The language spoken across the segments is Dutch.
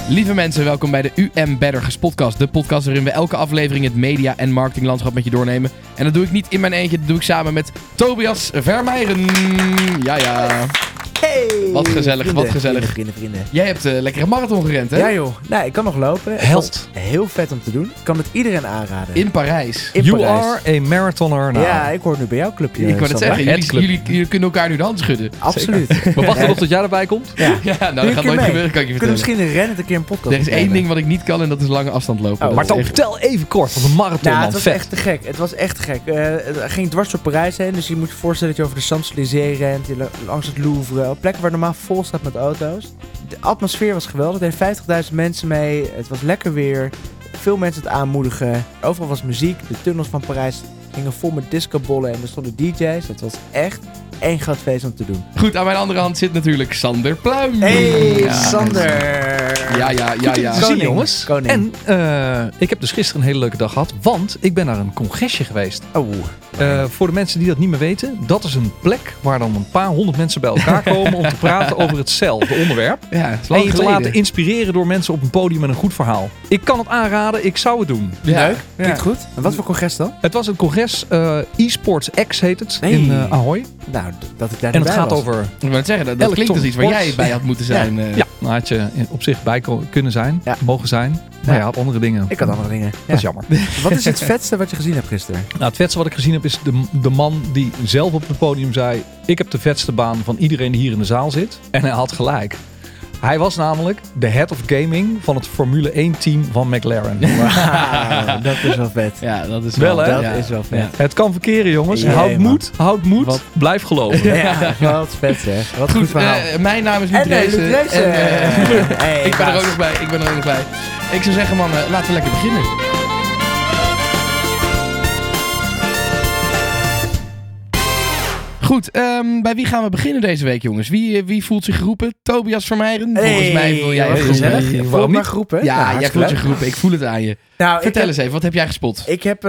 Lieve mensen, welkom bij de UM Beddergers podcast. De podcast waarin we elke aflevering het media- en marketinglandschap met je doornemen. En dat doe ik niet in mijn eentje, dat doe ik samen met Tobias Vermeijren. Ja. Hey! Wat gezellig, vrienden, wat gezellig. Vrienden. Jij hebt lekkere marathon gerend, hè? Ja joh, nou, ik kan nog lopen. Held. Het was heel vet om te doen. Ik kan het iedereen aanraden. In Parijs. In You Parijs. are a marathoner now. Ja, ik hoor nu bij jouw clubje. Ik wou het Sander. zeggen, jullie kunnen elkaar nu de hand schudden. Absoluut. We wachten nog tot jij erbij komt. Ja. Ja, nou dat een gaat keer nooit mee? gebeuren, kan ik je We kunnen vertellen. misschien een een keer een podcast Er is één ding wat ik niet kan en dat is lange afstand lopen. Oh, Dat Maar is dan echt- vertel even kort, want een marathon, Nou, man, het was vet. echt te gek. Het was echt te gek. Het ging dwars door Parijs heen. Dus je moet je voorstellen dat je over de Champs-Élysées rent. Langs het Louvre. Op plekken waar normaal vol staat met auto's. De atmosfeer was geweldig. Er deden 50.000 mensen mee. Het was lekker weer. Veel mensen het aanmoedigen. Overal was muziek. De tunnels van Parijs gingen vol met discobollen. En er stonden DJ's. Het was echt één groot feest om te doen. Goed, aan mijn andere hand zit natuurlijk Sander Pluim. Hey, Ja. Sander! Ja. Te zien, Koning. jongens. Koning. En ik heb dus gisteren een hele leuke dag gehad, want ik ben naar een congresje geweest. Oh. Voor de mensen die dat niet meer weten, dat is een plek waar dan een paar honderd mensen bij elkaar komen om te praten over hetzelfde onderwerp. Ja, het is En lang je te geleden. laten inspireren door mensen op een podium met een goed verhaal. Ik kan het aanraden, ik zou het doen. Ja. Leuk. Klinkt goed. En wat voor congres dan? Het was een congres, eSports X heet het, Hey. in Ahoy. Nou, dat ik daar En niet het bij gaat was. over... Ik wou het zeggen, dat klinkt als iets waar jij bij had moeten zijn. Ja, nou had je op zich bij kunnen zijn, Ja. mogen zijn. Maar ja, had andere dingen. Ik had andere dingen. Dat is jammer. Wat is het vetste wat je gezien hebt gisteren? Nou, het vetste wat ik gezien heb is de man die zelf op het podium zei... ik heb de vetste baan van iedereen die hier in de zaal zit. En hij had gelijk. Hij was namelijk de head of gaming van het Formule 1 team van McLaren. Wauw, dat is wel vet. Ja, dat is Wel, hè? Dat ja. is wel vet. Ja. Het kan verkeren, jongens. Jee, Houd moed, Wat- blijf geloven. Ja, wat vet zeg. Wat goed Goed, verhaal. mijn naam is Luc En Dreesen. Luc Dreesen. En, Hey, ik ben er baas. ook nog bij. Ik zou zeggen, man, laten we lekker beginnen. Goed, bij wie gaan we beginnen deze week, jongens? Wie voelt zich geroepen? Tobias Vermeijren? Volgens mij wil jij wat het gezellig. gezellig. Voel Waarom maar niet? groepen. Ja, Nou, jij hartstikke voelt je leuk. geroepen. Ik voel het aan je. Nou, Vertel eens even, wat heb jij gespot? Ik heb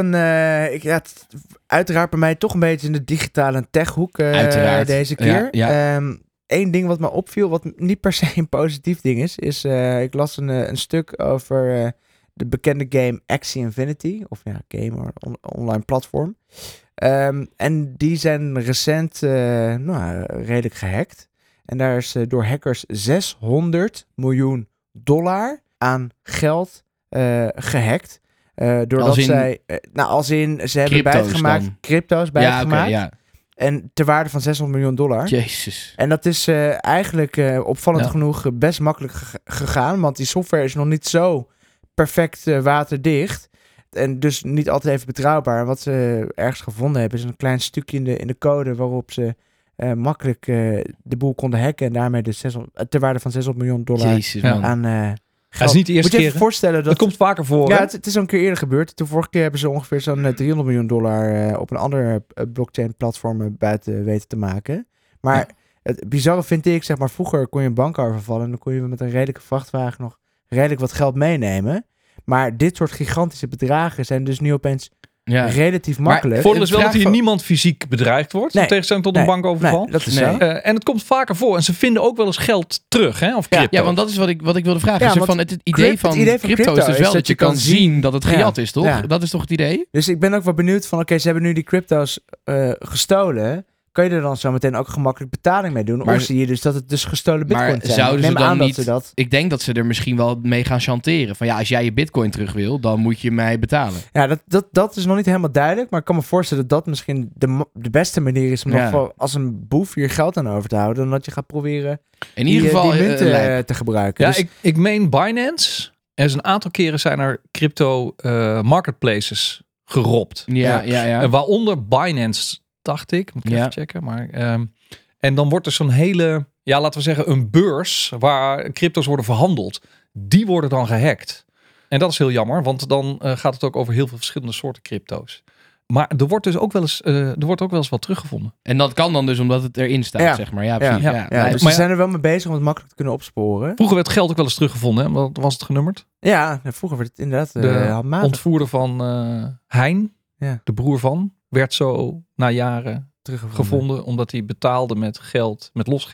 uiteraard bij mij toch een beetje in de digitale en techhoek Uiteraard. deze keer. Ja. Eén ding wat me opviel, wat niet per se een positief ding is ik las een stuk over de bekende game Axie Infinity. Of ja, game of online platform. En die zijn recent redelijk gehackt. En daar is door hackers $600 miljoen aan geld gehackt. Doordat Als in zij... als in, ze hebben crypto's dan? crypto's Ja, bijgemaakt. oké, ja. En ter waarde van $600 miljoen. Jezus. En dat is eigenlijk opvallend Ja. genoeg best makkelijk gegaan. Want die software is nog niet zo perfect waterdicht. En dus niet altijd even betrouwbaar. En wat ze ergens gevonden hebben is een klein stukje in de code waarop ze makkelijk de boel konden hacken. En daarmee ter waarde van $600 miljoen Jezus, man. aan Het is niet de eerste Moet je keer. even voorstellen dat... Dat komt vaker voor. Ja, hè? het is al een keer eerder gebeurd. De vorige keer hebben ze ongeveer zo'n $300 miljoen op een ander blockchain platform buiten weten te maken. Maar Ja. het bizarre vind ik, zeg maar, vroeger kon je een bank overvallen en dan kon je met een redelijke vrachtwagen nog redelijk wat geld meenemen. Maar dit soort gigantische bedragen zijn dus nu opeens Ja. relatief Maar makkelijk. Het voordeel is wel vraag dat hier van- niemand fysiek bedreigd wordt. Nee. In tegenstelling tot een bankoverval. Nee, dat is Nee. zo. En het komt vaker voor. En ze vinden ook wel eens geld terug, hè? Of Ja. crypto. Ja, want dat is wat ik wilde vragen. Ja, Zo want van het idee van crypto is dus wel dat je kan zien dat het gejat is, toch? Ja. Dat is toch het idee? Dus ik ben ook wel benieuwd van, oké, ze hebben nu die crypto's gestolen. Kan je er dan zo meteen ook gemakkelijk betaling mee doen? Maar- Of zie je dus dat het dus gestolen bitcoin Maar zijn? zouden Ik ze neem dan aan niet... dat ze dat... Ik denk dat ze er misschien wel mee gaan chanteren. Van ja, als jij je bitcoin terug wil, dan moet je mij betalen. Ja, dat is nog niet helemaal duidelijk. Maar ik kan me voorstellen dat dat misschien de beste manier is om Ja. nog wel als een boef hier geld aan over te houden. Dan dat je gaat proberen In ieder geval die munten lijp. te gebruiken. Ja, Dus, ik meen Binance. Er is een aantal keren zijn er crypto marketplaces geropt. Ja. Waaronder Binance, dacht ik. Moet ik Ja. even checken. Maar, en dan wordt er zo'n hele, ja, laten we zeggen, een beurs waar crypto's worden verhandeld. Die worden dan gehackt. En dat is heel jammer, want dan gaat het ook over heel veel verschillende soorten crypto's. Maar er wordt dus ook wel eens wat teruggevonden. En dat kan dan dus omdat het erin staat, Ja. zeg maar. Ja, precies. Ja. ja, lijp. dus Maar ze zijn er wel mee bezig om het makkelijk te kunnen opsporen. Vroeger werd geld ook wel eens teruggevonden. Hè? Wat was het genummerd? Ja, vroeger werd het inderdaad De handmatig ontvoerder van Hein, Ja. de broer van, werd zo na jaren teruggevonden. gevonden omdat hij betaalde met geld, met losgeld.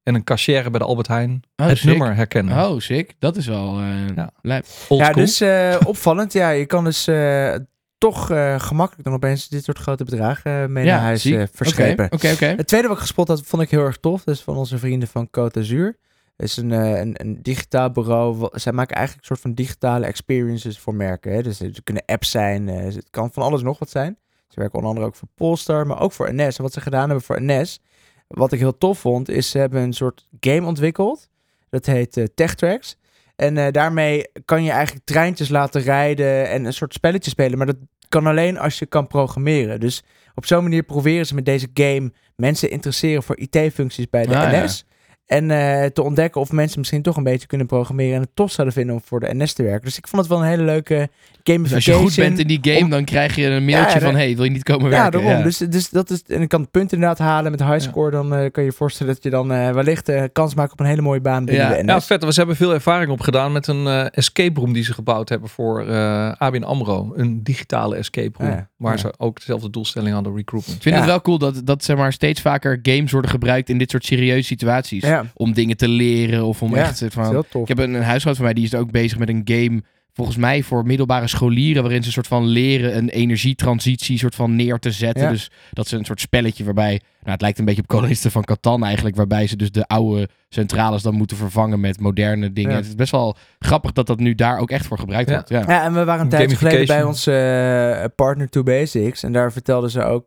en een cashier bij de Albert Heijn het sick. nummer herkennen. Oh, sick. Dat is wel lijp. Old Ja, school. dus opvallend. Ja, je kan dus toch gemakkelijk dan opeens dit soort grote bedragen mee naar huis ziek. verschepen. Oké. Het tweede wat ik gespot had, vond ik heel erg tof. Dat is van onze vrienden van Côte d'Azur. Het is een digitaal bureau. Zij maken eigenlijk een soort van digitale experiences voor merken. Hè. Dus het kunnen apps zijn. Het kan van alles nog wat zijn. Ze werken onder andere ook voor Polestar, maar ook voor NS. En wat ze gedaan hebben voor NS, wat ik heel tof vond, is ze hebben een soort game ontwikkeld. Dat heet TechTracks. En daarmee kan je eigenlijk treintjes laten rijden en een soort spelletje spelen. Maar dat kan alleen als je kan programmeren. Dus op zo'n manier proberen ze met deze game mensen interesseren voor IT-functies bij de NS. En te ontdekken of mensen misschien toch een beetje kunnen programmeren en het tof zouden vinden om voor de NS te werken. Dus ik vond het wel een hele leuke gamification. Dus als je goed bent in die game, dan krijg je een mailtje van, hey, wil je niet komen werken? Ja, daarom. Dus dat is, en ik kan het punt inderdaad halen met high score. Dan kan je je voorstellen dat je dan wellicht kans maakt op een hele mooie baan binnen de NS. Ja, vet. Ze hebben veel ervaring opgedaan met een escape room die ze gebouwd hebben voor ABN AMRO. Een digitale escape room. Waar ze ook dezelfde doelstelling hadden, recruitment. Ik vind het wel cool dat zeg maar, steeds vaker games worden gebruikt in dit soort serieuze situaties. Ja. Om dingen te leren of om echt dat van... is heel tof. Ik heb een huisgenoot van mij, die is ook bezig met een game, volgens mij voor middelbare scholieren, waarin ze een soort van leren een energietransitie soort van neer te zetten. Ja. Dus dat is een soort spelletje waarbij, het lijkt een beetje op kolonisten van Catan eigenlijk, waarbij ze dus de oude centrales dan moeten vervangen met moderne dingen. Ja. Het is best wel grappig dat dat nu daar ook echt voor gebruikt wordt. Ja. Ja, en we waren een tijdje geleden bij Gamification. onze partner 2Basics. En daar vertelden ze ook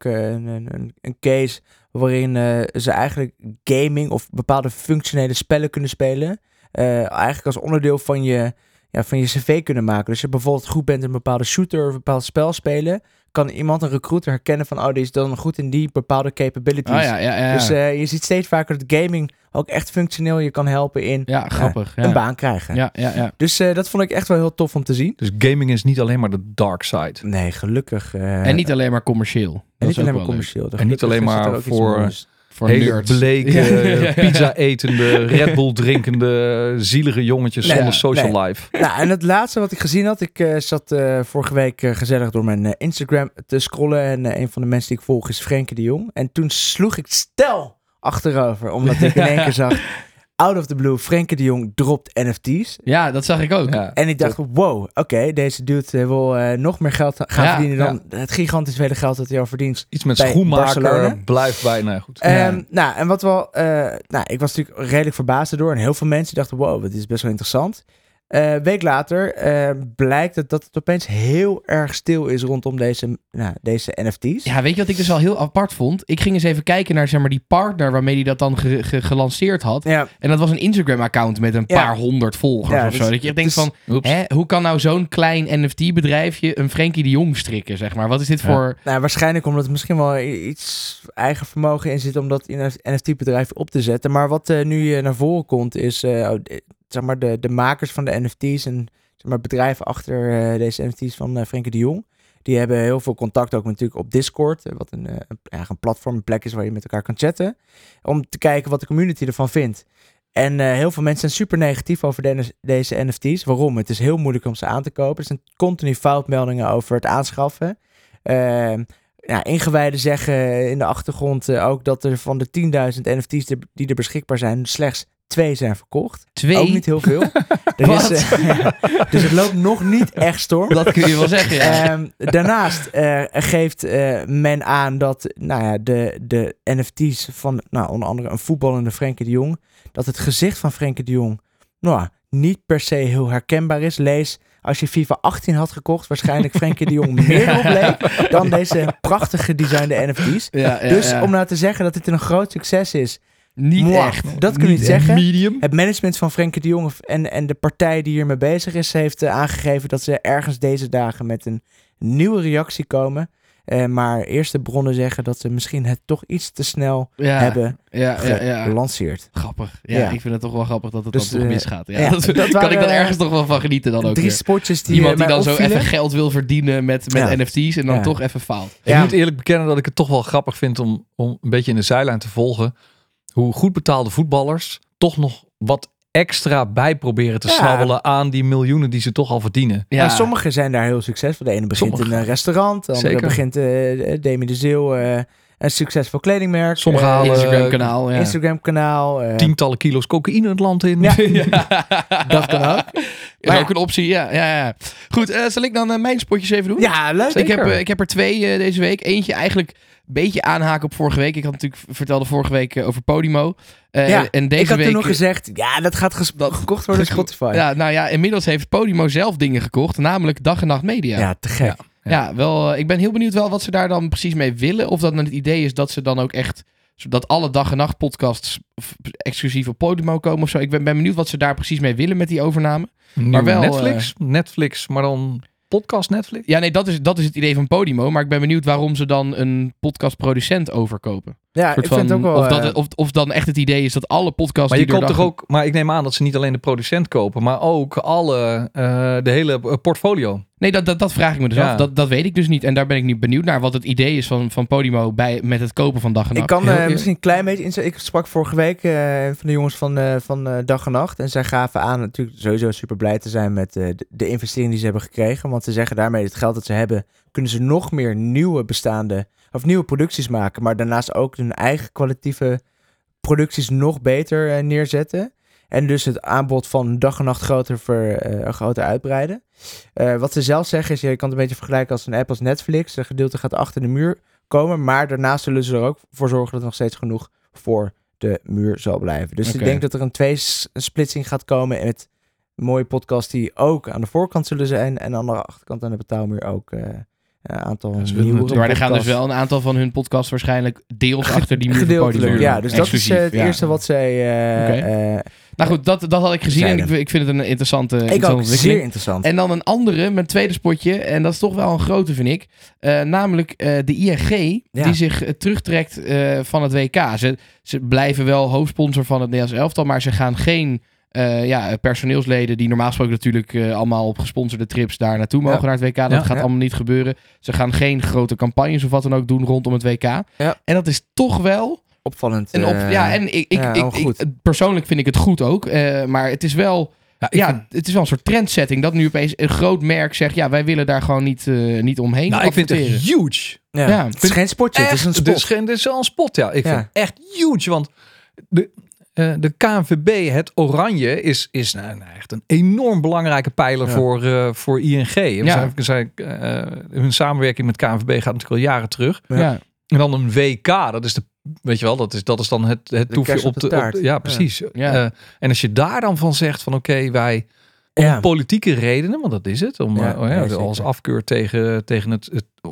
een case waarin ze eigenlijk gaming of bepaalde functionele spellen kunnen spelen. Eigenlijk als onderdeel van je cv kunnen maken. Dus als je bijvoorbeeld goed bent in een bepaalde shooter of een bepaald spel spelen, kan iemand, een recruiter, herkennen van, die is dan goed in die bepaalde capabilities. Dus je ziet steeds vaker dat gaming ook echt functioneel je kan helpen in een baan krijgen. Ja. Dus dat vond ik echt wel heel tof om te zien. Dus gaming is niet alleen maar de dark side. Nee, gelukkig. En niet alleen maar commercieel. En niet alleen maar commercieel. En niet alleen maar voor hele nerds. bleke, pizza etende, Red Bull drinkende, zielige jongetjes zonder social life. Nou, en het laatste wat ik gezien had, ik zat vorige week gezellig door mijn Instagram te scrollen en een van de mensen die ik volg is Frenkie de Jong. En toen sloeg ik stel achterover, omdat ik in één keer zag, out of the blue, Frenkie de Jong dropt NFT's. Ja, dat zag ik ook. Ja, en ik dacht, wow, oké, deze dude wil nog meer geld gaan verdienen dan het gigantisch vele geld dat hij al verdient. Iets met bij schoenmaker, Barcelona. blijft bijna goed. Nou, en wat wel, ik was natuurlijk redelijk verbaasd erdoor. En heel veel mensen dachten, wow, dit is best wel interessant. Week later blijkt dat het opeens heel erg stil is rondom deze NFT's. Ja, weet je wat ik dus al heel apart vond? Ik ging eens even kijken naar zeg maar, die partner waarmee hij dat dan gelanceerd had. Ja. En dat was een Instagram-account met een paar honderd volgers of zo. Dat je echt denkt van, hoe kan nou zo'n klein NFT-bedrijfje een Frenkie de Jong strikken, zeg maar? Wat is dit voor... Nou, waarschijnlijk omdat er misschien wel iets eigen vermogen in zit om dat NFT-bedrijf op te zetten. Maar wat nu naar voren komt is... zeg maar de makers van de NFT's en zeg maar bedrijven achter deze NFT's van Frenkie de Jong. Die hebben heel veel contact ook natuurlijk op Discord. Wat een platform, een plek is waar je met elkaar kan chatten. Om te kijken wat de community ervan vindt. En heel veel mensen zijn super negatief over deze NFT's. Waarom? Het is heel moeilijk om ze aan te kopen. Er zijn continu foutmeldingen over het aanschaffen. Ingewijden zeggen in de achtergrond ook dat er van de 10.000 NFT's die er beschikbaar zijn, slechts 2 zijn verkocht. 2? Ook niet heel veel. Dus het loopt nog niet echt storm. Dat kun je wel zeggen, ja. Daarnaast geeft men aan dat de NFT's van onder andere een voetballende Frenkie de Jong, dat het gezicht van Frenkie de Jong niet per se heel herkenbaar is. Lees, als je FIFA 18 had gekocht, waarschijnlijk Frenkie de Jong meer opleek dan deze prachtig gedesignde NFT's. Om nou te zeggen dat dit een groot succes is, niet echt. Dat kun je niet zeggen. Medium. Het management van Frenkie de Jong en de partij die hiermee bezig is, heeft aangegeven dat ze ergens deze dagen met een nieuwe reactie komen. Maar eerste bronnen zeggen dat ze misschien het toch iets te snel hebben gelanceerd. Grappig. Ja, ik vind het toch wel grappig dat het dan toch misgaat. Dat kan ik dan ergens toch wel van genieten dan ook. 3 spotjes die iemand die dan opvielen. zo even geld wil verdienen met NFT's en dan toch even faalt. Ik moet eerlijk bekennen dat ik het toch wel grappig vind om een beetje in de zijlijn te volgen hoe goed betaalde voetballers toch nog wat extra bij proberen te snabbelen aan die miljoenen die ze toch al verdienen. Ja. En sommigen zijn daar heel succesvol. De ene begint in een restaurant, de andere begint Demi de Zeeuw een succesvol kledingmerk. Sommige halen Instagram-kanaal. Ja. Instagram-kanaal. tientallen kilo's cocaïne het land in. Ja. Dat kan ook. Is ook een optie, ja. Goed, zal ik dan mijn spotjes even doen? Ja, leuk. Ik heb er 2 deze week. Eentje eigenlijk een beetje aanhaken op vorige week. Ik had natuurlijk vertelde vorige week over Podimo. En deze ik had week toen nog gezegd, dat gaat gekocht worden door Spotify. Ja, nou ja, inmiddels heeft Podimo zelf dingen gekocht. Namelijk Dag en Nacht Media. Ja, te gek. Ja, wel. Ik ben heel benieuwd wel wat ze daar dan precies mee willen. Of dat het idee is dat ze dan ook echt... zodat alle Dag en Nacht podcasts exclusief op Podimo komen of zo. Ik ben benieuwd wat ze daar precies mee willen met die overname. Maar wel Netflix, maar dan podcast Netflix? Ja, nee, dat is het idee van Podimo. Maar ik ben benieuwd waarom ze dan een podcastproducent overkopen. Ja, ik vind het ook wel... Of dan echt het idee is dat alle podcasts... Maar je koopt toch ook... Maar ik neem aan dat ze niet alleen de producent kopen, maar ook de hele portfolio. Nee, dat vraag ik me dus af. Dat weet ik dus niet. En daar ben ik nu benieuwd naar wat het idee is van Podimo met het kopen van Dag en Nacht. Ik kan misschien een klein beetje... Ik sprak vorige week van de jongens van Dag en Nacht. En zij gaven aan natuurlijk sowieso super blij te zijn met de investering die ze hebben gekregen. Want ze zeggen daarmee het geld dat ze hebben, kunnen ze nog meer nieuwe producties maken. Maar daarnaast ook hun eigen kwalitatieve producties nog beter neerzetten. En dus het aanbod van Dag en Nacht groter uitbreiden. Wat ze zelf zeggen is, je kan het een beetje vergelijken als een app als Netflix. Een gedeelte gaat achter de muur komen. Maar daarnaast zullen ze er ook voor zorgen dat er nog steeds genoeg voor de muur zal blijven. Dus ik denk dat er een splitsing gaat komen met mooie podcasts die ook aan de voorkant zullen zijn. En aan de achterkant aan de betaalmuur ook... een aantal nieuwe maar er gaan dus wel een aantal van hun podcasts waarschijnlijk deels achter die muur gedeeltelijk. Ja, dus dat is het eerste wat zij... Nou goed, dat had ik gezien en ik vind het een interessante ontwikkeling. Zeer interessant. En dan een andere, mijn tweede spotje, en dat is toch wel een grote, vind ik. Namelijk de ING, die zich terugtrekt van het WK. Ze blijven wel hoofdsponsor van het Nederlands elftal, maar ze gaan geen... personeelsleden die normaal gesproken natuurlijk allemaal op gesponsorde trips daar naartoe mogen naar het WK. Dat gaat allemaal niet gebeuren. Ze gaan geen grote campagnes of wat dan ook doen rondom het WK. Ja. En dat is toch wel... opvallend. Ik persoonlijk vind ik het goed ook. Maar het is wel... het is wel een soort trendsetting dat nu opeens een groot merk zegt... ja, wij willen daar gewoon niet omheen. Nou, ik vind het huge. Ja. Het is geen spotje, het is een spot. Het is wel een spot, ja. Ik vind het echt huge, want... De KNVB, het oranje, is echt een enorm belangrijke pijler voor ING. Hun samenwerking met KNVB gaat natuurlijk al jaren terug. Ja. En dan een WK, dat is weet je wel, dat is dan het toefje op de taart. Ja, precies. Ja. En als je daar dan van zegt van oké, wij om politieke redenen, want dat is het, als afkeur tegen het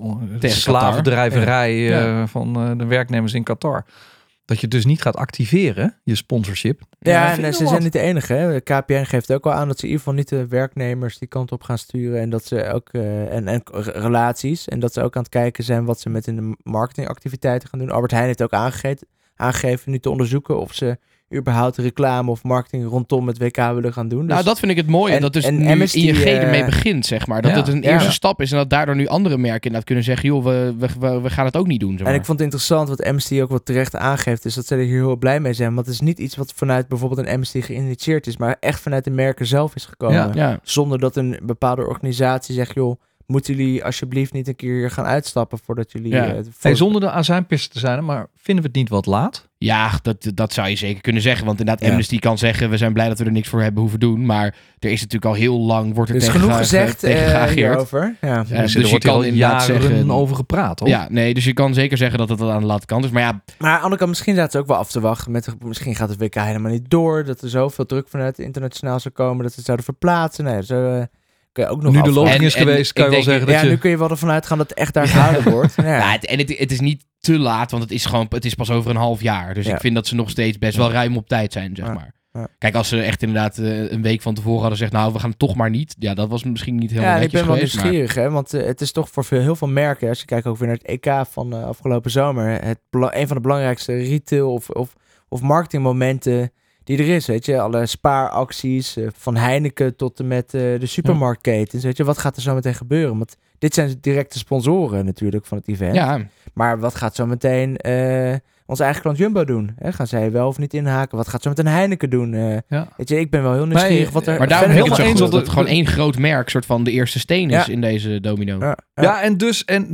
slavendrijverij van de werknemers in Qatar. Dat je dus niet gaat activeren, je sponsorship. Ze zijn niet de enige. Hè. De KPN geeft ook wel aan dat ze in ieder geval niet de werknemers die kant op gaan sturen. En dat ze ook en relaties. En dat ze ook aan het kijken zijn wat ze met in de marketingactiviteiten gaan doen. Albert Heijn heeft ook aangegeven nu te onderzoeken of ze überhaupt reclame of marketing rondom het WK willen gaan doen. Dus... Nou, dat vind ik het mooie. Dat dus nu MSD, ING ermee begint, zeg maar. Dat het een eerste stap is en dat daardoor nu andere merken inderdaad kunnen zeggen, joh, we gaan het ook niet doen. Zeg maar. En ik vond het interessant wat MSD ook wat terecht aangeeft, is dat ze er hier heel blij mee zijn. Want het is niet iets wat vanuit bijvoorbeeld een MSD geïnitieerd is, maar echt vanuit de merken zelf is gekomen. Ja. Zonder dat een bepaalde organisatie zegt, joh, moeten jullie alsjeblieft niet een keer gaan uitstappen voordat jullie... zonder de azijnpisten te zijn, maar vinden we het niet wat laat? Ja, dat zou je zeker kunnen zeggen. Want inderdaad, Amnesty kan zeggen, we zijn blij dat we er niks voor hebben hoeven doen. Maar er is natuurlijk al heel lang, wordt er tegen genoeg gezegd hierover. Ja. Dus je kan al jaren over gepraat, hoor. Ja, nee, dus je kan zeker zeggen dat het aan de late kant is. Maar aan de andere kant, misschien zaten ze ook wel af te wachten. Misschien gaat het WK helemaal niet door. Dat er zoveel druk vanuit internationaal zou komen, dat ze het zouden verplaatsen. Nee, zo... Ook nog nu de loting is geweest, kan je wel zeggen dat nu kun je wel ervan uitgaan dat het echt daar gehouden wordt. Het is niet te laat, want het is pas over een half jaar. Dus ik vind dat ze nog steeds best wel ruim op tijd zijn, zeg maar. Ja. Kijk, als ze echt inderdaad een week van tevoren hadden gezegd, nou, we gaan toch maar niet. Ja, dat was misschien niet helemaal netjes geweest. Ik ben wel nieuwsgierig, hè, want het is toch voor heel veel merken, als je kijkt ook weer naar het EK van afgelopen zomer, een van de belangrijkste retail of marketingmomenten die er is, weet je. Alle spaaracties, van Heineken tot en met de supermarktketens, weet je. Wat gaat er zo meteen gebeuren? Want dit zijn directe sponsoren natuurlijk van het event. Ja. Maar wat gaat zo meteen onze eigen klant Jumbo doen? Gaan zij wel of niet inhaken? Wat gaat ze met een Heineken doen? Weet je, ik ben wel heel nieuwsgierig wat er... Maar daarom vind ik het zo eens goed dat het gewoon één groot merk soort van de eerste steen is in deze domino. Ja, en dus... En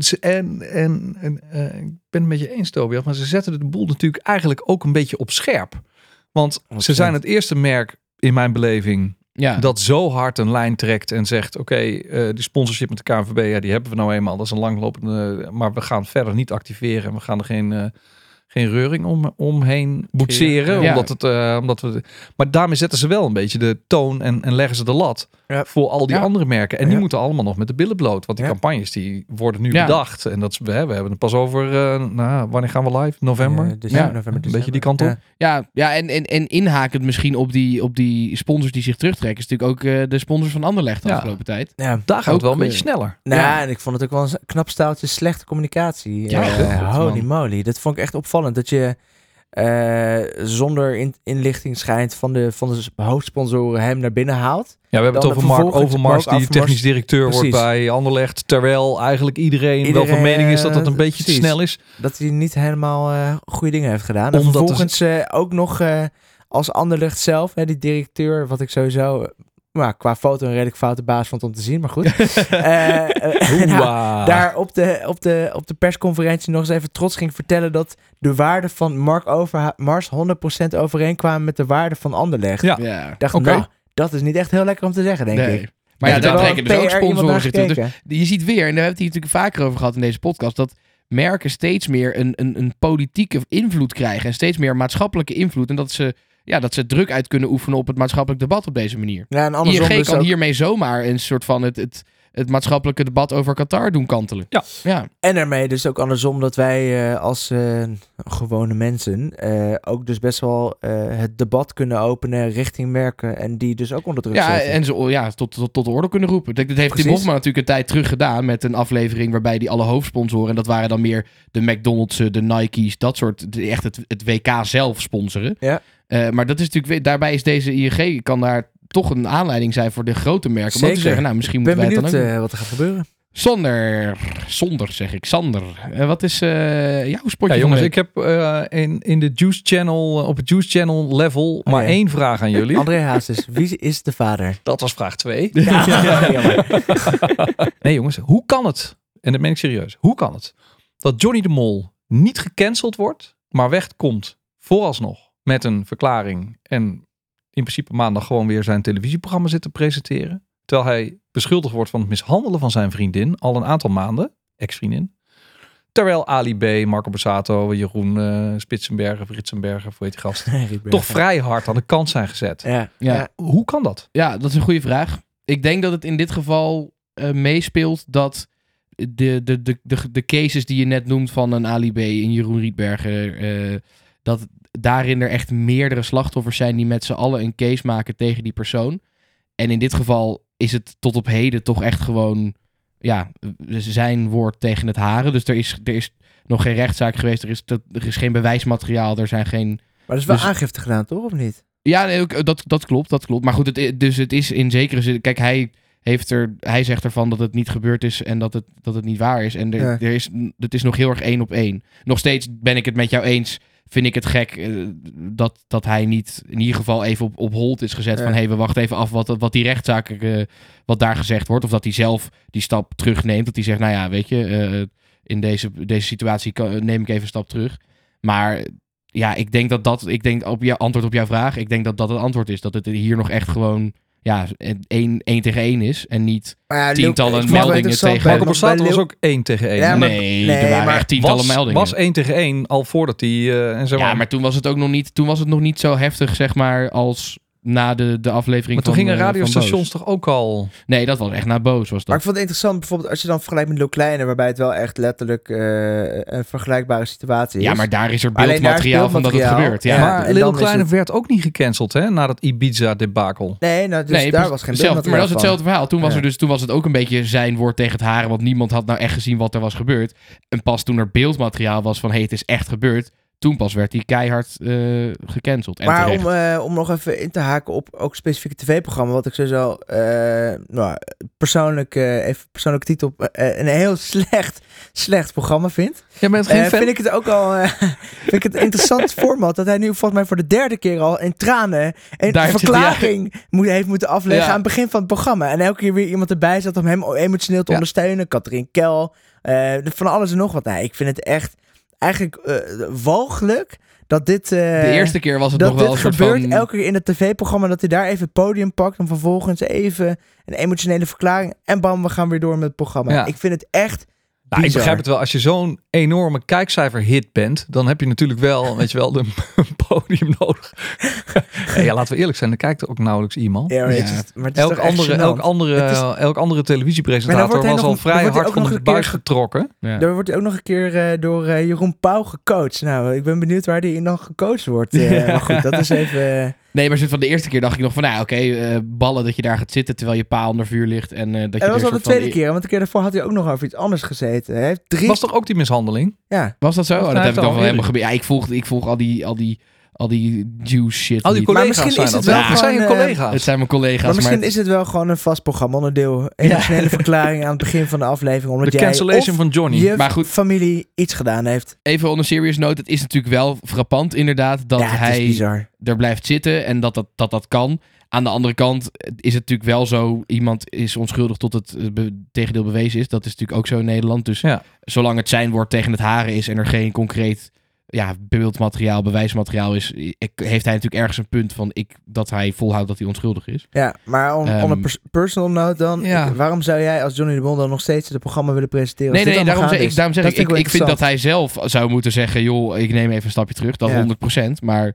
ik ben het met je eens, Tobias, maar ze zetten de boel natuurlijk eigenlijk ook een beetje op scherp. Want ze zijn het eerste merk in mijn beleving dat zo hard een lijn trekt en zegt, oké, die sponsorship met de KNVB, die hebben we nou eenmaal. Dat is een langlopende, maar we gaan verder niet activeren. We gaan er geen reuring omheen boetseren. Ja. Omdat we, maar daarmee zetten ze wel een beetje de toon en leggen ze de lat voor al die andere merken. En die moeten allemaal nog met de billen bloot. Want die campagnes die worden nu bedacht. En we hebben het pas over, wanneer gaan we live? November? November, een beetje die kant op. Ja, en inhakend misschien op die sponsors die zich terugtrekken. Is natuurlijk ook de sponsors van Anderlecht de afgelopen tijd. Ja, daar gaat het wel een beetje sneller. En ik vond het ook wel een knap staaltje slechte communicatie. Holy moly, dat vond ik echt opvallend. Dat je zonder inlichting schijnt van de hoofdsponsoren hem naar binnen haalt. Ja, we hebben het over Mark Overmars, die technisch directeur wordt bij Anderlecht. Terwijl eigenlijk iedereen wel van mening is dat het een beetje te snel is. Dat hij niet helemaal goede dingen heeft gedaan. En vervolgens ook nog als Anderlecht zelf, die directeur, wat ik sowieso... Maar qua foto een redelijk foute baas vond om te zien, maar goed. Daar op de persconferentie nog eens even trots ging vertellen dat de waarde van Mark Overmars 100% overeenkwamen met de waarde van Anderlecht. Ja. Ik dacht, dat is niet echt heel lekker om te zeggen, denk ik. Maar daar trekken dus ook sponsoren zitten. Dus je ziet weer, en daar hebben we het hier natuurlijk vaker over gehad in deze podcast, dat merken steeds meer een politieke invloed krijgen en steeds meer maatschappelijke invloed. En dat ze druk uit kunnen oefenen op het maatschappelijk debat op deze manier. Ja, en andersom ING dus kan ook... hiermee zomaar een soort van het maatschappelijke debat over Qatar doen kantelen. Ja. En daarmee dus ook andersom dat wij als gewone mensen ook dus best wel het debat kunnen openen richting merken en die dus ook onder druk zetten. En tot de orde kunnen roepen. Dat heeft Tim Hofman natuurlijk een tijd terug gedaan met een aflevering waarbij die alle hoofdsponsoren, en dat waren dan meer de McDonald's, de Nike's, dat soort, echt het WK zelf sponsoren. Ja. Maar dat is natuurlijk, daarbij is deze ING kan daar toch een aanleiding zijn voor de grote merken. Om ook te zeggen, nou, misschien moeten wij het dan ook. Ik ben benieuwd wat er gaat gebeuren. Sander, wat is jouw spotje? Ja, jongens, ik heb in de Juice Channel, op het Juice Channel level, maar één vraag aan jullie. André Hazes, wie is de vader? Dat was vraag 2. Nee, jongens, hoe kan het? En dat meen ik serieus. Hoe kan het dat Johnny de Mol niet gecanceld wordt, maar wegkomt vooralsnog met een verklaring en in principe maandag gewoon weer zijn televisieprogramma zit te presenteren, terwijl hij beschuldigd wordt van het mishandelen van zijn vriendin al een aantal maanden, ex-vriendin. Terwijl Ali B, Marco Borsato, Jeroen Spitsenberger, Ritsenberger, hoe heet die gast, toch vrij hard aan de kant zijn gezet. Ja. Hoe kan dat? Ja, dat is een goede vraag. Ik denk dat het in dit geval meespeelt dat de cases die je net noemt van een Ali B en Jeroen Rietberger, dat daarin er echt meerdere slachtoffers zijn die met z'n allen een case maken tegen die persoon. En in dit geval is het tot op heden toch echt gewoon zijn woord tegen het hare. Dus er is nog geen rechtszaak geweest. Er is geen bewijsmateriaal. Er zijn geen... Maar er is wel aangifte gedaan, toch? Of niet? Ja, nee, dat klopt. Maar goed, het is in zekere zin... Kijk, hij zegt ervan dat het niet gebeurd is en dat het niet waar is. En het is nog heel erg 1 op 1. Nog steeds ben ik het met jou eens. Vind ik het gek dat hij niet in ieder geval even op hold is gezet. Van we wachten even af wat die rechtszaak, wat daar gezegd wordt. Of dat hij zelf die stap terugneemt. Dat hij zegt, nou ja, weet je, in deze situatie neem ik even een stap terug. Maar ja, ik denk op je antwoord op jouw vraag, ik denk dat het antwoord is. Dat het hier nog echt gewoon 1 tegen 1 is en niet tientallen meldingen tegen... Marco Borsato was ook 1 tegen 1. Ja, er waren echt tientallen meldingen. Was 1 tegen 1 al voordat hij... maar toen was het ook nog niet zo heftig, zeg maar, als na de aflevering. Maar toen gingen radiostations toch ook al... Nee, dat was echt na Boos. Was dat. Maar ik vond het interessant, bijvoorbeeld als je dan vergelijkt met Lil Kleine, waarbij het wel echt letterlijk een vergelijkbare situatie is. Ja, maar daar is er beeldmateriaal van dat het gebeurt. Ja. Maar Lil Kleine werd ook niet gecanceld, hè, na dat Ibiza-debakel. Nee, daar was geen beeldmateriaal maar dat is hetzelfde verhaal. Toen was het ook een beetje zijn woord tegen het haren, want niemand had nou echt gezien wat er was gebeurd. En pas toen er beeldmateriaal was van, het is echt gebeurd, toen pas werd hij keihard gecanceld. En maar om nog even in te haken op ook specifieke tv-programma, wat ik sowieso persoonlijke titel een heel slecht programma vind. Jij bent geen fan? Vind ik het ook al vind ik het een interessant format dat hij nu volgens mij voor de 3e keer al in tranen een verklaring heeft moeten afleggen aan het begin van het programma. En elke keer weer iemand erbij zat om hem emotioneel te ondersteunen. Katrien Kel, van alles en nog wat. Nou, ik vind het echt eigenlijk walgelijk dat dit... de eerste keer was het nog wel een soort gebeurt van... elke keer in het tv-programma dat hij daar even het podium pakt en vervolgens even een emotionele verklaring en bam, we gaan weer door met het programma. Ja. Ik vind het echt Nou, ik begrijp het wel. Als je zo'n enorme kijkcijferhit bent, dan heb je natuurlijk wel, weet je wel, een podium nodig. Ja, laten we eerlijk zijn, er kijkt er ook nauwelijks iemand. Ja, maar elk andere televisiepresentator was al vrij hard van de buis getrokken. Ja. Daar wordt hij ook nog een keer door Jeroen Pauw gecoacht. Nou, ik ben benieuwd waar hij nog gecoacht wordt. Maar goed, dat is even... Nee, maar van de eerste keer dacht ik nog van, ballen dat je daar gaat zitten terwijl je pa onder vuur ligt. En dat was al de tweede keer, want de keer daarvoor had hij ook nog over iets anders gezeten. Hij heeft Was toch ook die mishandeling? Ja. Was dat zo? Dat heb ik dan wel helemaal gebeurd. Ja, ik volg al die Jews shit. Al die collega's maar misschien is het wel zijn je collega's. Het zijn mijn collega's. Maar misschien is het wel gewoon een vast programma onderdeel. Emotionele verklaring aan het begin van de aflevering. Omdat de cancellation van Johnny. Maar goed, familie iets gedaan heeft. Even on a serious note. Het is natuurlijk wel frappant inderdaad dat hij er blijft zitten. En dat kan. Aan de andere kant is het natuurlijk wel zo, iemand is onschuldig tot het tegendeel bewezen is. Dat is natuurlijk ook zo in Nederland. Dus zolang het zijn woord tegen het haren is en er geen concreet beeldmateriaal, bewijsmateriaal is, heeft hij natuurlijk ergens een punt van dat hij volhoudt dat hij onschuldig is. Ja, maar on een personal note dan, waarom zou jij als Johnny de Mol dan nog steeds het programma willen presenteren? Nee, daarom zeg ik vind dat hij zelf zou moeten zeggen, joh, ik neem even een stapje terug, dat 100%, maar...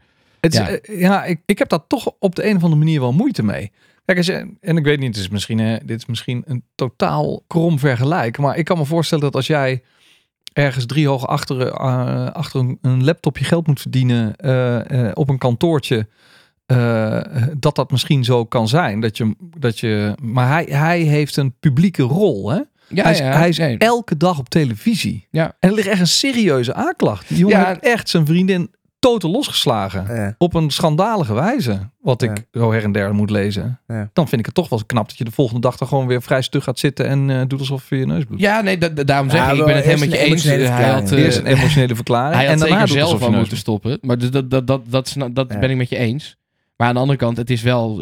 Ik heb daar toch op de een of andere manier wel moeite mee. Kijk, en ik weet niet, dit is misschien een totaal krom vergelijk, maar ik kan me voorstellen dat als jij ergens 3 hoog achter een laptopje geld moet verdienen op een kantoortje, dat misschien zo kan zijn. Maar hij heeft een publieke rol, hè? Hij is elke dag op televisie. Ja. En er ligt echt een serieuze aanklacht. Die jongen heeft echt zijn vriendin totaal losgeslagen. Ja. Op een schandalige wijze. Wat ik zo her en der moet lezen. Ja. Dan vind ik het toch wel knap dat je de volgende dag er gewoon weer vrij stug gaat zitten en doet alsof je neus bloedt. Ja, nee, daarom zeg ik ben het helemaal met je eens. Hij had eerst een emotionele verklaring. Hij had en daarna zelf al moeten stoppen. Maar dat ben ik met je eens. Maar aan de andere kant, het is wel,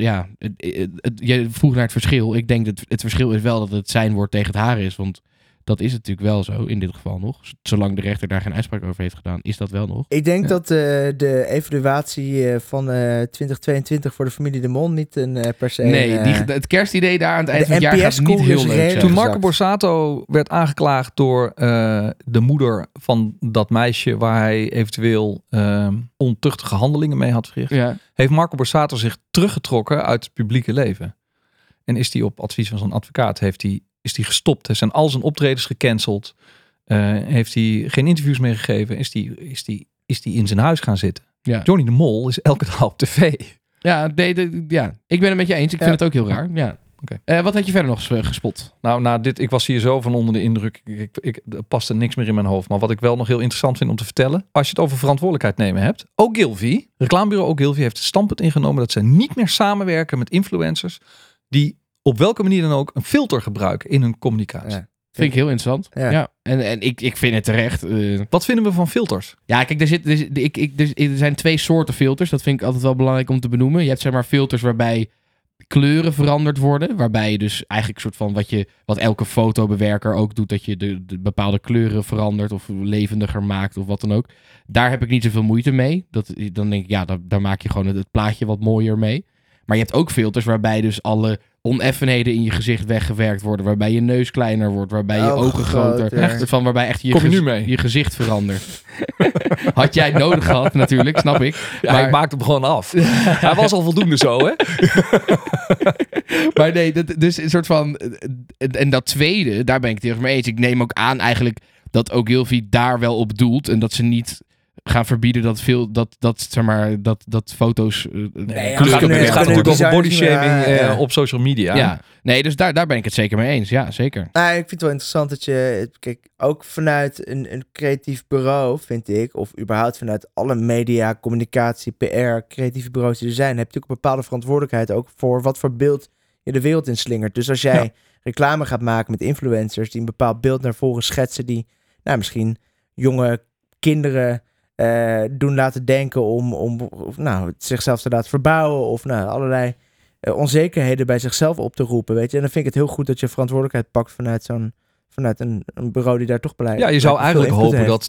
je vroeg naar het verschil. Ik denk dat het verschil is wel dat het zijn woord tegen het haar is. Want dat is natuurlijk wel zo, in dit geval nog. Zolang de rechter daar geen uitspraak over heeft gedaan, is dat wel nog. Ik denk dat de evaluatie van 2022 voor de familie De Mol niet per se... Nee, het kerstidee daar aan het eind van het jaar gaat niet heel leuk zijn. Toen Marco Borsato werd aangeklaagd door de moeder van dat meisje waar hij eventueel ontuchtige handelingen mee had verricht, heeft Marco Borsato zich teruggetrokken uit het publieke leven. En is hij op advies van zijn advocaat, is hij gestopt. Er zijn al zijn optredens gecanceld. Heeft hij geen interviews meer gegeven. Is die in zijn huis gaan zitten. Ja. Johnny de Mol is elke dag op tv. Ja, ik ben het met je eens. Ik vind het ook heel raar. Ja. Okay. Wat had je verder nog gespot? Nou, ik was hier zo van onder de indruk. Er paste niks meer in mijn hoofd. Maar wat ik wel nog heel interessant vind om te vertellen. Als je het over verantwoordelijkheid nemen hebt. Ogilvy, reclamebureau Ogilvy, heeft het standpunt ingenomen dat ze niet meer samenwerken met influencers die op welke manier dan ook een filter gebruiken in hun communicatie. Ja. Vind ik heel interessant. Ja. En ik vind het terecht. Wat vinden we van filters? Ja, kijk, er zijn 2 soorten filters. Dat vind ik altijd wel belangrijk om te benoemen. Je hebt zeg maar filters waarbij kleuren veranderd worden. Waarbij je dus eigenlijk een soort van wat elke fotobewerker ook doet. Dat je de bepaalde kleuren verandert of levendiger maakt of wat dan ook. Daar heb ik niet zoveel moeite mee. Dan denk ik, daar maak je gewoon het plaatje wat mooier mee. Maar je hebt ook filters waarbij dus alle oneffenheden in je gezicht weggewerkt worden. Waarbij je neus kleiner wordt. Waarbij je ogen groter. Echt? Waarbij echt je gezicht verandert. Had jij het nodig gehad natuurlijk, snap ik. Ja, maar ik maakte hem gewoon af. Hij was al voldoende zo, hè? Maar nee, dus een soort van... En dat tweede, daar ben ik het heel erg mee eens. Ik neem ook aan eigenlijk dat Ogilvy daar wel op doelt. En dat ze niet gaan verbieden dat foto's... Het gaat natuurlijk over bodyshaming op social media. Ja, nee, dus daar ben ik het zeker mee eens. Ja, zeker. Nou, ik vind het wel interessant dat je... Kijk, ook vanuit een creatief bureau, vind ik... of überhaupt vanuit alle media, communicatie, PR... creatieve bureaus die er zijn... heb je natuurlijk een bepaalde verantwoordelijkheid... ook voor wat voor beeld je de wereld in slingert. Dus als jij reclame gaat maken met influencers... die een bepaald beeld naar voren schetsen... die misschien jonge kinderen doen laten denken... om zichzelf te laten verbouwen... of allerlei onzekerheden bij zichzelf op te roepen. Weet je? En dan vind ik het heel goed dat je verantwoordelijkheid pakt... vanuit een bureau die daar toch beleid. Ja, je zou eigenlijk hopen dat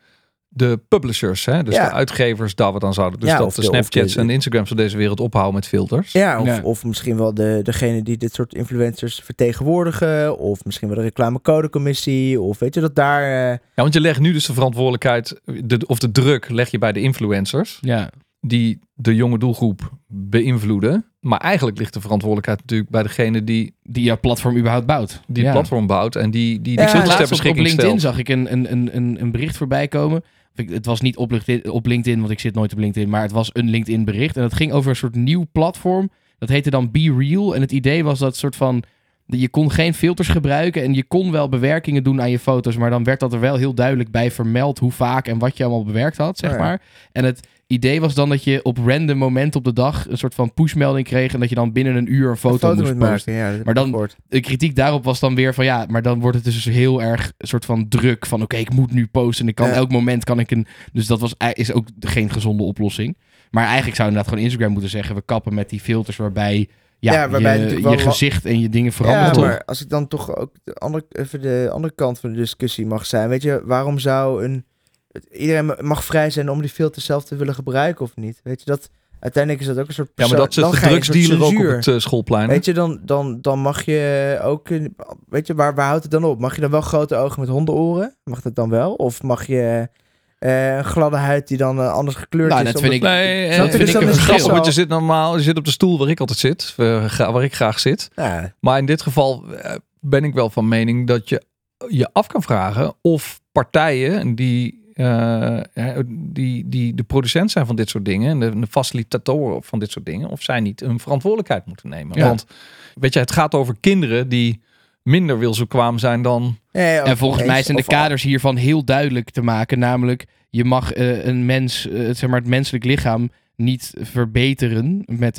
de publishers, dus de uitgevers, daar we dan zouden. Dus dat de Snapchats en de Instagrams van deze wereld ophouden met filters. Ja, of misschien wel degene die dit soort influencers vertegenwoordigen. Of misschien wel de reclamecodecommissie. Of weet je dat daar... Ja, want je legt nu dus de verantwoordelijkheid, of de druk leg je bij de influencers. Ja. Die de jonge doelgroep beïnvloeden. Maar eigenlijk ligt de verantwoordelijkheid natuurlijk bij degene die jouw platform überhaupt bouwt. Die het platform bouwt en die filters ter beschikking stelt. Op LinkedIn stelt. zag ik een bericht voorbij komen. Het was niet op LinkedIn, want ik zit nooit op LinkedIn. Maar het was een LinkedIn bericht. En dat ging over een soort nieuw platform. Dat heette dan Be Real. En het idee was dat soort van... Je kon geen filters gebruiken en je kon wel bewerkingen doen aan je foto's. Maar dan werd dat er wel heel duidelijk bij vermeld hoe vaak en wat je allemaal bewerkt had, zeg maar. En het idee was dan dat je op random momenten op de dag een soort van pushmelding kreeg en dat je dan binnen een uur een foto moest posten. Ja, maar dan, de kritiek daarop was dan weer van maar dan wordt het dus heel erg een soort van druk van oké, ik moet nu posten en ik kan elk moment kan ik dus dat is ook geen gezonde oplossing. Maar eigenlijk zou inderdaad gewoon Instagram moeten zeggen, we kappen met die filters waarbij waarbij je gezicht en je dingen veranderen. Ja, maar als ik dan toch ook de andere kant van de discussie mag zijn. Weet je, waarom zou iedereen mag vrij zijn om die filters zelf te willen gebruiken of niet? Weet je, dat uiteindelijk is dat ook een soort... Ja, maar dat is de drugsdealer ook op het schoolplein. Weet je, dan mag je ook... Weet je, waar houdt het dan op? Mag je dan wel grote ogen met hondenoren? Mag dat dan wel? Of mag je... een gladde huid die dan anders gekleurd is. Dat vind ik een verschil. Want je zit op de stoel waar ik altijd zit. Waar ik graag zit. Ja. Maar in dit geval ben ik wel van mening dat je je af kan vragen of partijen die de producent zijn van dit soort dingen en de facilitatoren van dit soort dingen, of zij niet hun verantwoordelijkheid moeten nemen. Ja. Want weet je, het gaat over kinderen die minder wilsbekwaam zijn dan... En volgens mij zijn de kaders hiervan heel duidelijk te maken. Namelijk, je mag een mens, het menselijk lichaam niet verbeteren met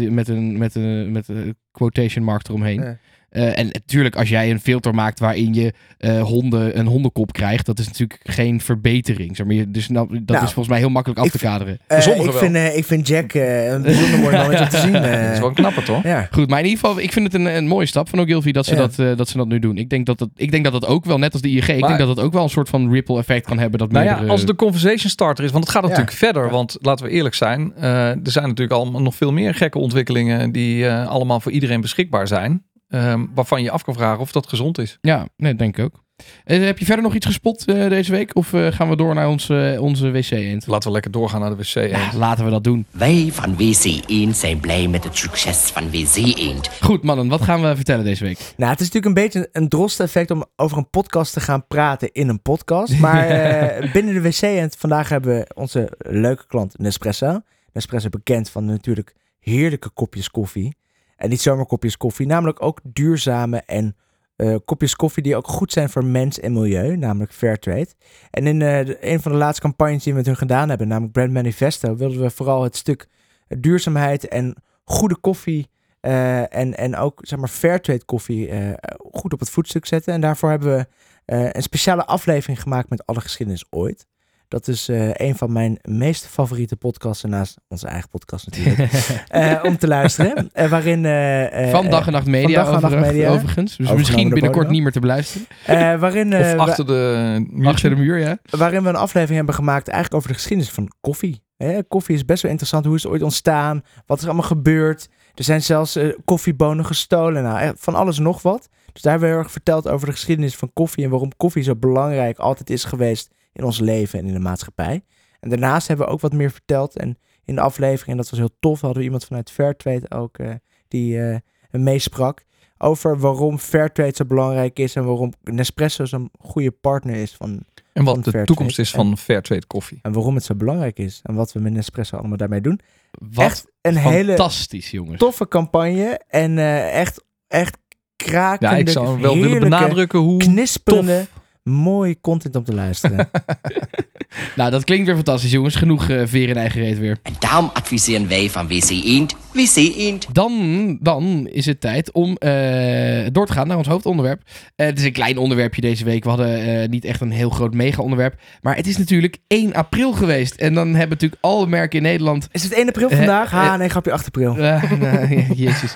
een quotation mark eromheen. Ja. En natuurlijk, als jij een filter maakt waarin je een hondenkop krijgt, dat is natuurlijk geen verbetering. Zeg maar, dus dat is volgens mij heel makkelijk af te kaderen. Ik vind Jack een bijzonder mooi mannetje om te zien. Dat is wel een knapper, toch? Ja. Goed, maar in ieder geval, ik vind het een mooie stap van Ogilvy dat ze dat nu doen. Ik denk dat dat ook wel, net als de ING, ik denk dat het ook wel een soort van ripple effect kan hebben. Dat als het de conversation starter is, want het gaat natuurlijk verder. Want laten we eerlijk zijn, er zijn natuurlijk allemaal nog veel meer gekke ontwikkelingen die allemaal voor iedereen beschikbaar zijn. Waarvan je af kan vragen of dat gezond is. Ja, nee, denk ik ook. Heb je verder nog iets gespot deze week? Of gaan we door naar onze wc-eend? Laten we lekker doorgaan naar de wc-eend. Ja, laten we dat doen. Wij van WC-eend zijn blij met het succes van WC-eend. Goed, mannen. Wat gaan we vertellen deze week? Nou, het is natuurlijk een beetje een drost-effect om over een podcast te gaan praten in een podcast. Maar binnen de wc-eend vandaag hebben we onze leuke klant Nespresso. Nespresso bekend van natuurlijk heerlijke kopjes koffie. En niet zomaar kopjes koffie, namelijk ook duurzame en kopjes koffie die ook goed zijn voor mens en milieu, namelijk Fairtrade. En in een van de laatste campagnes die we met hun gedaan hebben, namelijk Brand Manifesto, wilden we vooral het stuk duurzaamheid en goede koffie en ook zeg maar Fairtrade koffie goed op het voetstuk zetten. En daarvoor hebben we een speciale aflevering gemaakt met Alle Geschiedenis Ooit. Dat is een van mijn meest favoriete podcasten, naast onze eigen podcast natuurlijk, om te luisteren. Waarin, van Dag en Nacht Media, overigens. Dus misschien binnenkort niet meer te beluisteren. Of achter de muur, ja. Waarin we een aflevering hebben gemaakt eigenlijk over de geschiedenis van koffie. Koffie is best wel interessant. Hoe is het ooit ontstaan? Wat is er allemaal gebeurd? Er zijn zelfs koffiebonen gestolen. Nou, van alles en nog wat. Dus daar hebben we heel erg verteld over de geschiedenis van koffie en waarom koffie zo belangrijk altijd is geweest in ons leven en in de maatschappij. En daarnaast hebben we ook wat meer verteld. En in de aflevering, en dat was heel tof, hadden we iemand vanuit Fairtrade ook die meesprak. over waarom Fairtrade zo belangrijk is en waarom Nespresso zo'n goede partner is van En wat van de Fairtrade. toekomst is van Fairtrade koffie. en waarom het zo belangrijk is en wat we met Nespresso allemaal daarmee doen. Wat Echt een hele fantastisch, jongens. toffe campagne en echt krakende, Ja, ik zou wel willen heerlijke, benadrukken hoe knisperende, mooie content om te luisteren. Nou, dat klinkt weer fantastisch, jongens. Genoeg veer in eigen reet weer. En daarom adviseren wij van WC Eend, WC Eend. Dan is het tijd om door te gaan naar ons hoofdonderwerp. Het is een klein onderwerpje deze week. We hadden niet echt een heel groot mega-onderwerp. Maar het is natuurlijk 1 april geweest. En dan hebben natuurlijk alle merken in Nederland... Is het 1 april vandaag? Nee, grapje 8 april. Jezus.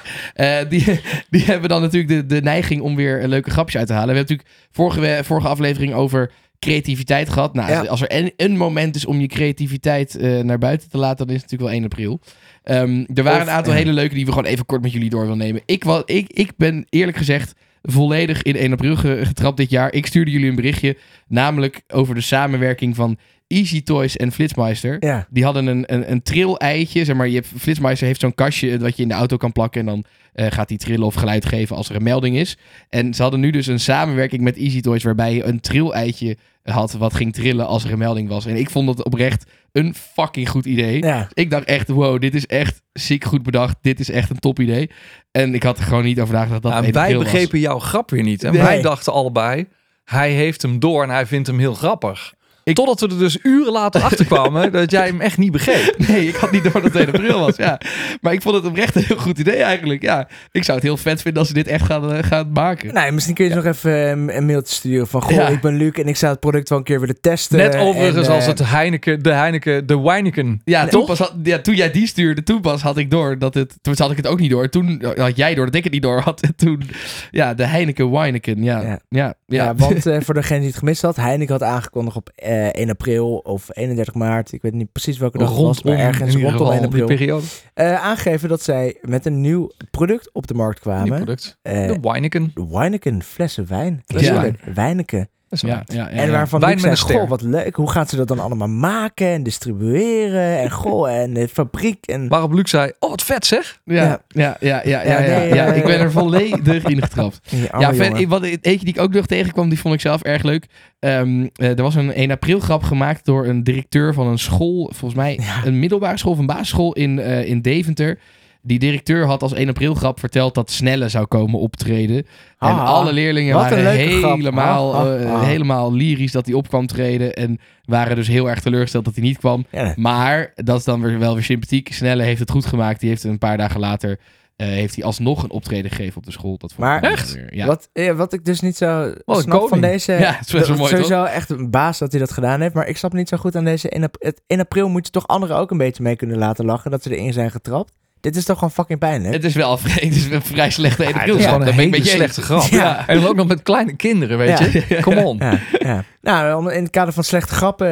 Die hebben dan natuurlijk de neiging om weer een leuke grapjes uit te halen. We hebben natuurlijk vorige aflevering over creativiteit gehad. Nou, Ja. als er een moment is om je creativiteit naar buiten te laten, dan is het natuurlijk wel 1 april. Er waren een aantal hele leuke die we gewoon even kort met jullie door willen nemen. Ik ben eerlijk gezegd volledig in 1 april getrapt dit jaar. Ik stuurde jullie een berichtje, namelijk over de samenwerking van Easy Toys en Flitsmeister. Ja. Die hadden een trill-eitje. Zeg maar, Flitsmeister heeft zo'n kastje wat je in de auto kan plakken. En dan gaat die trillen of geluid geven als er een melding is. En ze hadden nu dus een samenwerking met Easy Toys waarbij je een trill-eitje had wat ging trillen als er een melding was. En ik vond dat oprecht een fucking goed idee. Ja. Ik dacht echt, wow, dit is echt ziek goed bedacht. Dit is echt een top idee. En ik had er gewoon niet over nagedacht dat het 1 wij april was. begrepen jouw grap weer niet. En Nee. wij dachten allebei, hij heeft hem door en hij vindt hem heel grappig. Totdat we er dus uren later achter kwamen dat jij hem echt niet begreep. Nee, ik had niet door dat het 1 april was. Ja. Maar ik vond het oprecht een heel goed idee eigenlijk. Ja, ik zou het heel vet vinden als ze dit echt gaan maken. Nou, misschien kun je nog even een mailtje sturen van... Goh, Ja. ik ben Luc en ik zou het product wel een keer willen testen. Net overigens en, als het de Heineken. Ja, toch? toen jij die stuurde, toen pas had ik door dat het... Toen had ik het ook niet door. Toen had jij door dat ik het niet door had. En toen, ja, de Heineken. Ja. Ja, want voor degene die het gemist had... Heineken had aangekondigd op 1 april of 31 maart. Ik weet niet precies welke dag het was, maar ergens in ieder rondom geval 1 die april. periode. Aangegeven dat zij met een nieuw product op de markt Nieuw kwamen. product. Eh, De Heineken. De Heineken flessen wijn. Flessen Ja. wijn. Wijneke. Dat is Ja, waar. ja, En waarvan Wijn Luc met zei, een ster. goh, wat leuk. Hoe gaan ze dat dan allemaal maken en distribueren? En goh, en de fabriek. En Waarop Luc zei, oh wat vet zeg. Ja. Ik ben er volledig in getrapt. Ja, eentje die ik ook nog tegenkwam, die vond ik zelf erg leuk. Er was een 1 april grap gemaakt door een directeur van een school, volgens mij een middelbare school of een basisschool in Deventer. Die directeur had als 1 april grap verteld dat Snelle zou komen optreden. En alle leerlingen wat een waren leuke grap. helemaal lyrisch dat hij op kwam treden. En waren dus heel erg teleurgesteld dat hij niet kwam. Ja. Maar dat is dan wel weer sympathiek. Snelle heeft het goed gemaakt. Die heeft een paar dagen later heeft hij alsnog een optreden gegeven op de school. Dat vond ik Maar wel echt? weer- Ja. Wat ik dus niet zo een snap van koning. deze... Ja, het is best wel mooi, sowieso echt een baas dat hij dat gedaan heeft. Maar ik snap niet zo goed aan deze... Het 1 april moet je toch anderen ook een beetje mee kunnen laten lachen. Dat ze erin zijn getrapt. Dit is toch gewoon fucking pijnlijk? Het is wel een vrij slechte 1 Ja, april. het is grap. gewoon een Daar ben ik hele met je eens. slechte grap. Ja. En dan ook nog met kleine kinderen, weet je. Come on. Ja. Nou, in het kader van slechte grappen,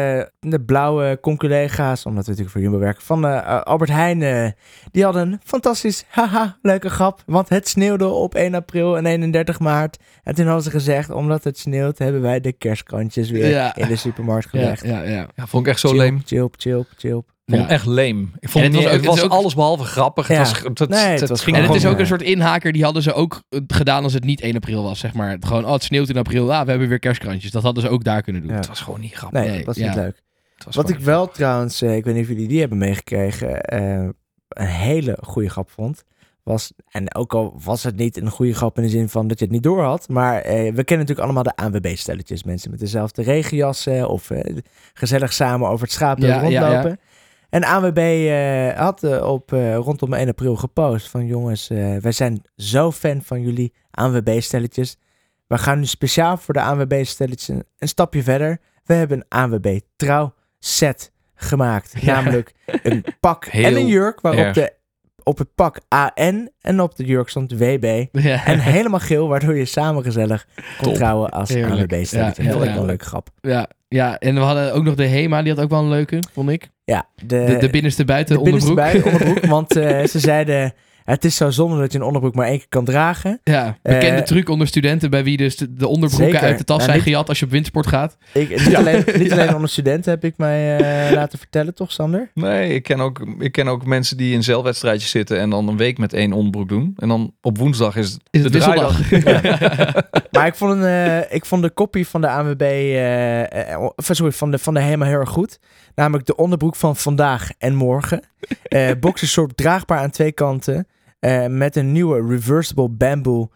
de blauwe conculega's, omdat we natuurlijk voor Jumbo werken, van Albert Heijn, die hadden een fantastisch, leuke grap. Want het sneeuwde op 1 april en 31 maart. En toen hadden ze gezegd, omdat het sneeuwt, hebben wij de kerstkrantjes weer in de supermarkt gelegd. Ja. Ja, vond ik echt zo Chill, leem. chill. Ik vond Ja. hem echt leem. Ik vond En het, het was was ook- alles behalve grappig. Ja. Het was, Nee, het het was ging En het gewoon- is ook Ja. een soort inhaker, die hadden ze ook gedaan als het niet 1 april was, zeg maar. Gewoon, het sneeuwt in april, we hebben weer kerstkrantjes. Dat hadden ze ook daar kunnen doen. Ja. Het was gewoon niet grappig. Nee, Nee, dat was ja. niet leuk. Het was Wat gewoon ik wel trouwens, ik weet niet of jullie die hebben meegekregen, een hele goede grap vond. Was, en ook al was het niet een goede grap in de zin van dat je het niet door had. Maar we kennen natuurlijk allemaal de ANWB-stelletjes. Mensen met dezelfde regenjassen of gezellig samen over het schaapbeeld Ja, rondlopen. ja. En ANWB had rondom 1 april gepost van jongens, wij zijn zo fan van jullie ANWB-stelletjes. We gaan nu speciaal voor de ANWB-stelletjes een stapje verder. We hebben een ANWB trouw set gemaakt. Ja. Namelijk een pak Heel en een jurk waarop erg. op het pak AN en op de jurk stond WB. Ja. En helemaal geel, waardoor je samen gezellig kon Top. trouwen als Heerlijk. ANWB-stelletje. Ja, Dat vond ik ja. wel een leuke grap. Ja, en we hadden ook nog de HEMA, die had ook wel een leuke, vond ik. Ja, De binnenste buiten de binnenste onderbroek. bij onderbroek. Want ze zeiden, Het is zo zonde dat je een onderbroek maar 1 keer kan dragen. Ja, bekende truc onder studenten bij wie dus de onderbroeken Zeker. uit de tas zijn gejat als je op windsport gaat. Niet alleen onder studenten heb ik mij laten vertellen, toch Sander? Nee, ik ken ook mensen die in zeilwedstrijdjes zitten en dan een week met 1 onderbroek doen. En dan op woensdag is Is de het wisseldag. draaidag. Maar ik vond de kopie van de ANWB, van de helemaal heel erg goed. Namelijk de onderbroek van vandaag en morgen. Boxershort draagbaar aan 2 kanten. Met een nieuwe reversible bamboo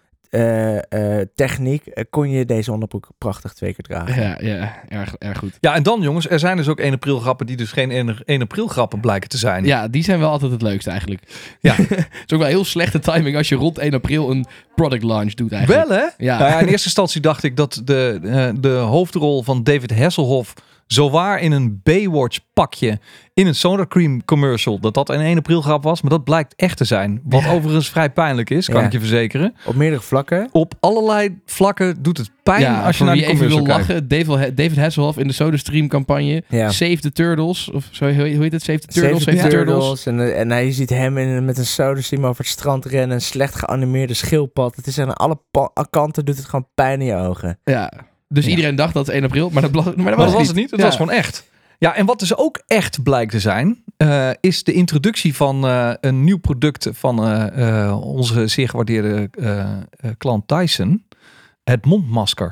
techniek kon je deze onderbroek prachtig 2 keer dragen. Ja, erg goed. Ja, en dan jongens, er zijn dus ook 1 april grappen die dus geen 1 april grappen blijken te zijn. Ja, die zijn wel altijd het leukste eigenlijk. Ja. Het is ook wel heel slechte timing als je rond 1 april een product launch doet eigenlijk. Wel hè? Ja. Nou ja, in eerste instantie dacht ik dat de hoofdrol van David Hasselhoff zowaar in een Baywatch pakje in een Soda Cream commercial, dat een 1 april grap was, maar dat blijkt echt te zijn. Wat overigens vrij pijnlijk is, kan ik je verzekeren. Op meerdere vlakken. Op allerlei vlakken doet het pijn als je naar die even commercial wil kijkt. lachen, David Hasselhoff in de SodaStream campagne. Ja. Save the Turtles. Of zo, hoe heet het? Save the Turtles. Save the Turtles. En je ziet hem met een SodaStream over het strand rennen. Een slecht geanimeerde schildpad. Het is aan alle kanten doet het gewoon pijn in je ogen. Ja. Dus iedereen dacht dat het 1 april, maar dat was het niet. Het was gewoon echt. Ja, en wat dus ook echt blijkt te zijn, is de introductie van een nieuw product van onze zeer gewaardeerde klant Dyson. Het mondmasker.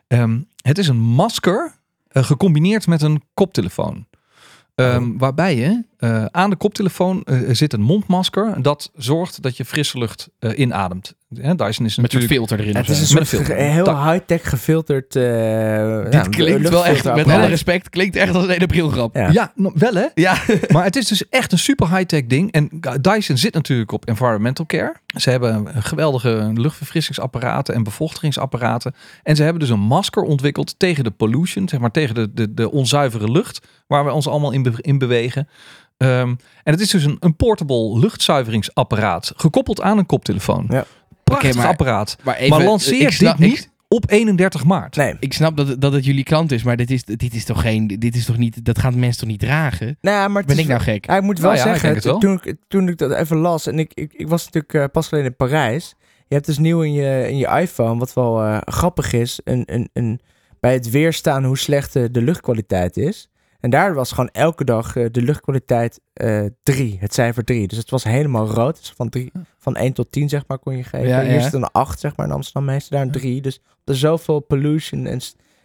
Het is een masker gecombineerd met een koptelefoon. Waarbij je aan de koptelefoon zit een mondmasker. Dat zorgt dat je frisse lucht inademt. Dyson is met natuurlijk een filter erin. Het is een soort heel high-tech gefilterd. Dit klinkt wel echt, met alle respect, klinkt echt als een 1 april grap. Ja, wel hè? Ja. Maar het is dus echt een super high-tech ding. En Dyson zit natuurlijk op environmental care. Ze hebben geweldige luchtverfrissingsapparaten en bevochtigingsapparaten. En ze hebben dus een masker ontwikkeld tegen de pollution, zeg maar tegen de onzuivere lucht, waar we ons allemaal in bewegen. En het is dus een portable luchtzuiveringsapparaat, gekoppeld aan een koptelefoon. Ja. Prachtig apparaat. Maar lanceer dit niet op 31 maart. Nee. Ik snap dat het jullie klant is, maar dit is toch niet, dat gaan mensen toch niet dragen? Nou, maar Ben ik nou gek? Ja, ik moet wel Nou ja, ik zeggen, denk het wel. toen ik dat even las, en ik was natuurlijk pas geleden in Parijs. Je hebt dus nieuw in je iPhone, wat wel grappig is, bij het weerstaan hoe slecht de luchtkwaliteit is. En daar was gewoon elke dag de luchtkwaliteit 3, het cijfer 3. Dus het was helemaal rood. Dus van 1 tot 10 zeg maar kon je geven. Ja, Hier is het een 8 zeg maar in Amsterdam, meestal daar een 3. Dus er is zoveel pollution en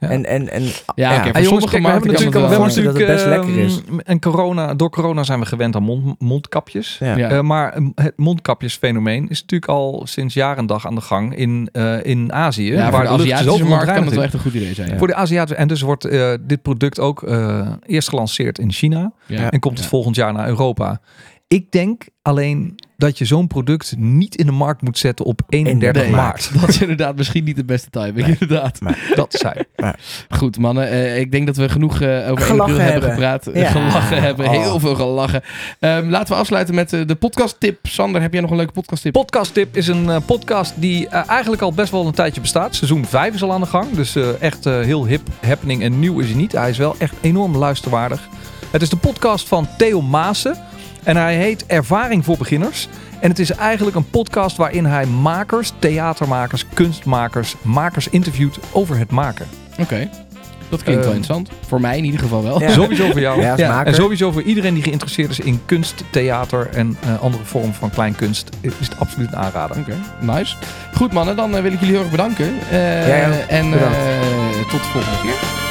Voor sommige markten we hebben dat het best lekker is. En door corona zijn we gewend aan mondkapjes. Ja. Maar het mondkapjesfenomeen is natuurlijk al sinds jaar en dag aan de gang in Azië. Ja, voor de Aziatische markt kan het is. wel echt een goed idee zijn. Ja. Voor de Aziatische. En dus wordt dit product ook eerst gelanceerd in China. Ja. En komt het volgend jaar naar Europa. Ik denk alleen dat je zo'n product niet in de markt moet zetten op 31 maart. Dat is inderdaad misschien niet de beste timing. Inderdaad. Dat zei. Goed mannen, ik denk dat we genoeg over 1 april hebben gepraat. Ja. Gelachen hebben, heel veel gelachen. Laten we afsluiten met de podcast tip. Sander, heb jij nog een leuke podcast tip? Podcast tip is een podcast die eigenlijk al best wel een tijdje bestaat. Seizoen 5 is al aan de gang. Dus echt heel hip, happening en nieuw is hij niet. Hij is wel echt enorm luisterwaardig. Het is de podcast van Theo Maassen. En hij heet Ervaring voor Beginners. En het is eigenlijk een podcast waarin hij makers, theatermakers, kunstmakers, makers interviewt over het maken. Oké. Dat klinkt wel interessant. Voor mij in ieder geval wel. Ja. Sowieso voor jou. Ja, als maker. En sowieso voor iedereen die geïnteresseerd is in kunst, theater en andere vormen van kleinkunst is het absoluut een aanrader. Oké, nice. Goed mannen, dan wil ik jullie heel erg bedanken. Jij ook. En Bedankt. tot de volgende keer.